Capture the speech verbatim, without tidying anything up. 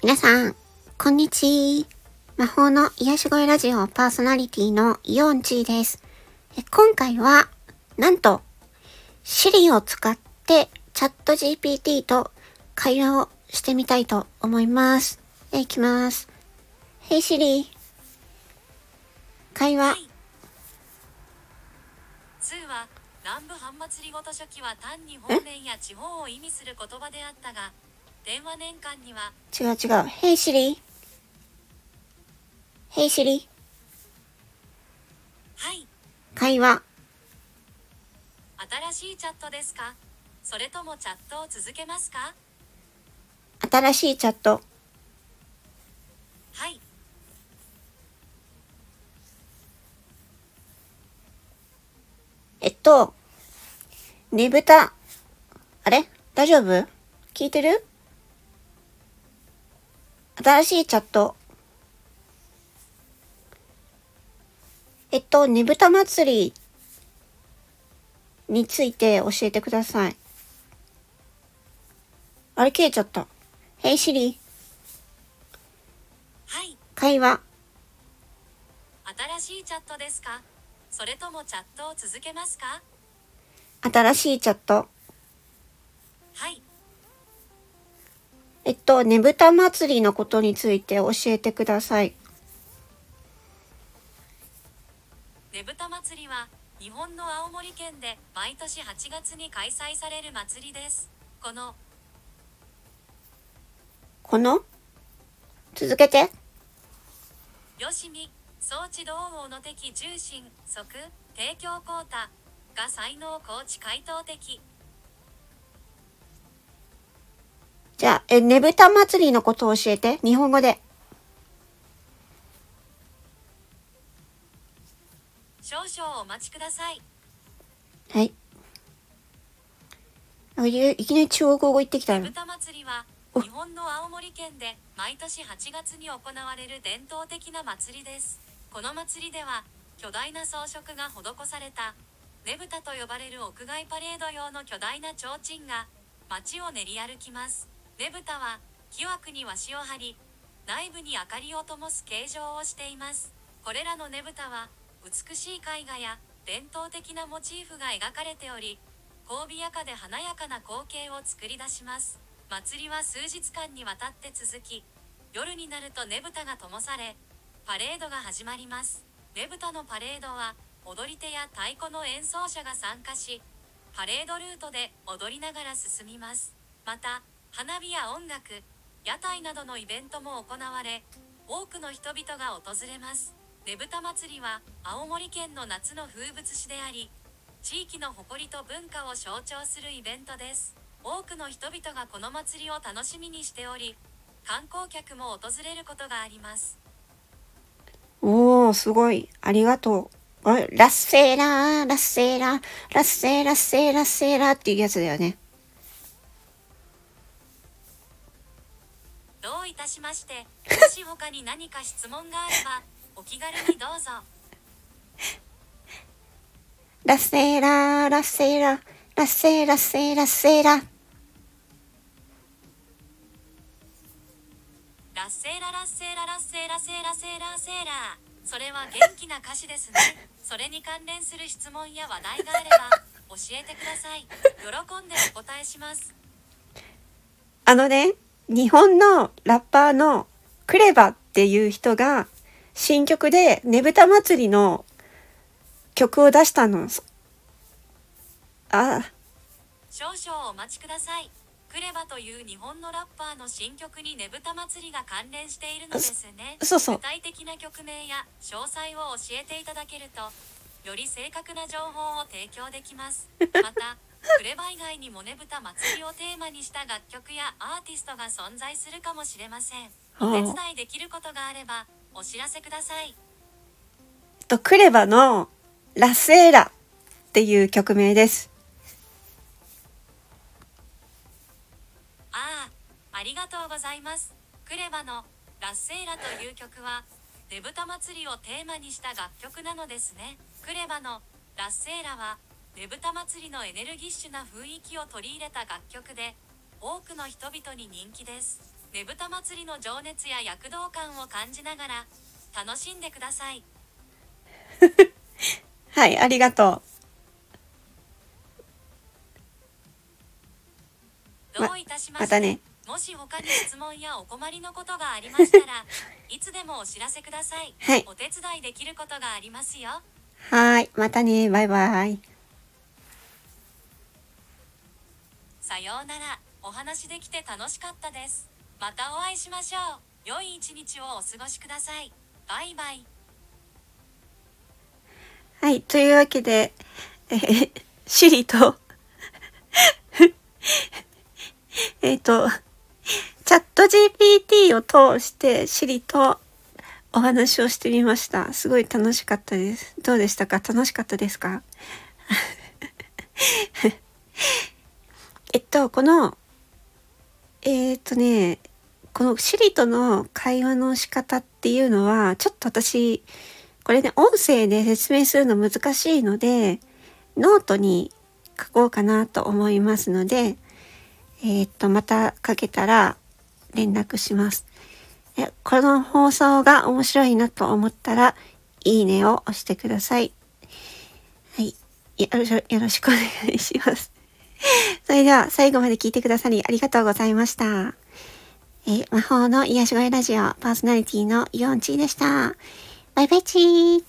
皆さん、こんにちは。魔法の癒し声ラジオパーソナリティのイオンチーです。え今回は、なんと、Siri を使ってチャット ジーピーティー と会話をしてみたいと思います。えいきます。Hey Siri。会話。はい、 ツーは南部半祭りごと初期は単に方面や地方を意味する言葉であったが、電話年間には違う違う。Hey Siri。Hey Siri。 はい。 会話。 新しいチャットですか？それともチャットを続けますか？ 新しいチャット。 はい。 えっと、ねぶた。あれ？大丈夫？聞いてる？新しいチャット。えっと、ねぶた祭りについて教えてください。あれ、消えちゃった。Hey Siri。 はい。 会話。 新しいチャットですか？それともチャットを続けますか？ 新しいチャット。 はい。 えっと、ねぶた祭りのことについて教えてください。 ねぶた祭りは日本の青森県で毎年はちがつに開催される祭りです。このこの続けて。 よしみ、装置同王の敵重心、即、提供交代が才能高知回答的。 じゃあ、え、ねぶた祭りのことを教えて。日本語で。 少々お待ちください。 はい。い, いきなり中国語言ってきたよ。 ねぶた祭りは日本の青森県で毎年はちがつに行われる伝統的な祭りです。この祭りでは巨大な装飾が施されたねぶたと呼ばれる屋外パレード用の巨大な提灯が街を練り歩きます。ねぶたは木枠に和紙を張り、内部に明かりを灯す形状をしています。これらのねぶたは美しい絵画や伝統的なモチーフが描かれており、神戸やかで華やかな光景を作り出します。祭りは数日間にわたって続き、夜になるとねぶたが灯され、パレードが始まります。ねぶたのパレードは踊り手や太鼓の演奏者が参加し、パレードルートで踊りながら進みます。また、花火や音楽、屋台などのイベントも行われ、多くの人々が訪れます。ねぶた祭りは青森県の夏の風物詩であり、地域の誇りと文化を象徴するイベントです。多くの人々がこの祭りを楽しみにしており、観光客も訪れることがあります。 おー、すごい。ありがとう。あ、ラッセーラー、ラッセーラー、ラッセーラッセーラッセーラーっていうやつだよね。 どういたしまして。もし他に何か質問があれば、お気軽にどうぞ。 ラッセーラー、ラッセーラー、ラッセーラッセーラッセーラー。 ラッセーララッセーララッセーラセーラセーラセーラー。それは元気な歌詞ですね。それに関連する質問や話題があれば教えてください。喜んでお答えします。 あのね、日本のラッパーのクレバっていう人が新曲でねぶた祭りの曲を出したの。あ、 少々お待ちください。クレバという日本のラッパーの新曲にねぶた祭りが関連しているのですね。 そうそう。 具体的な曲名や詳細を教えていただけると、より正確な情報を提供できます。また、クレバ以外にもねぶた祭りをテーマにした楽曲やアーティストが存在するかもしれません。お手伝いできることがあればお知らせください。 とクレバのラセーラっていう曲名です。 ああ、ありがとうございます。クレバのラッセーラという曲はねぶた祭りをテーマにした楽曲なのですね。クレバのラッセーラはねぶた祭りのエネルギッシュな雰囲気を取り入れた楽曲で、多くの人々に人気です。 ねぶた祭りの情熱や躍動感を感じながら楽しんでください。 はい、ありがとう。どういたしまして。 ま、またね。 もし他に質問やお困りのことがありましたらいつでもお知らせください。 はい。 お手伝いできることがありますよ。 はい、またね、バイバイ。 さようなら。お話できて楽しかったです。またお会いしましょう。良い一日をお過ごしください。バイバイ。 はい、というわけで、えー、シリとえっとチャット ジーピーティー を通してシリとお話をしてみました。すごい楽しかったです。どうでしたか？楽しかったですか？えっとこのえっとねこのシリとの会話の仕方っていうのはちょっと私これね音声で説明するの難しいのでノートに書こうかなと思いますので、えっとまた書けたら連絡します。この放送が面白いなと思ったらいいねを押してください。はい、よろし、よろしくお願いします。それでは最後まで聞いてくださりありがとうございました。えー、魔法の癒し声ラジオパーソナリティのイオンチーでした。バイバイチー。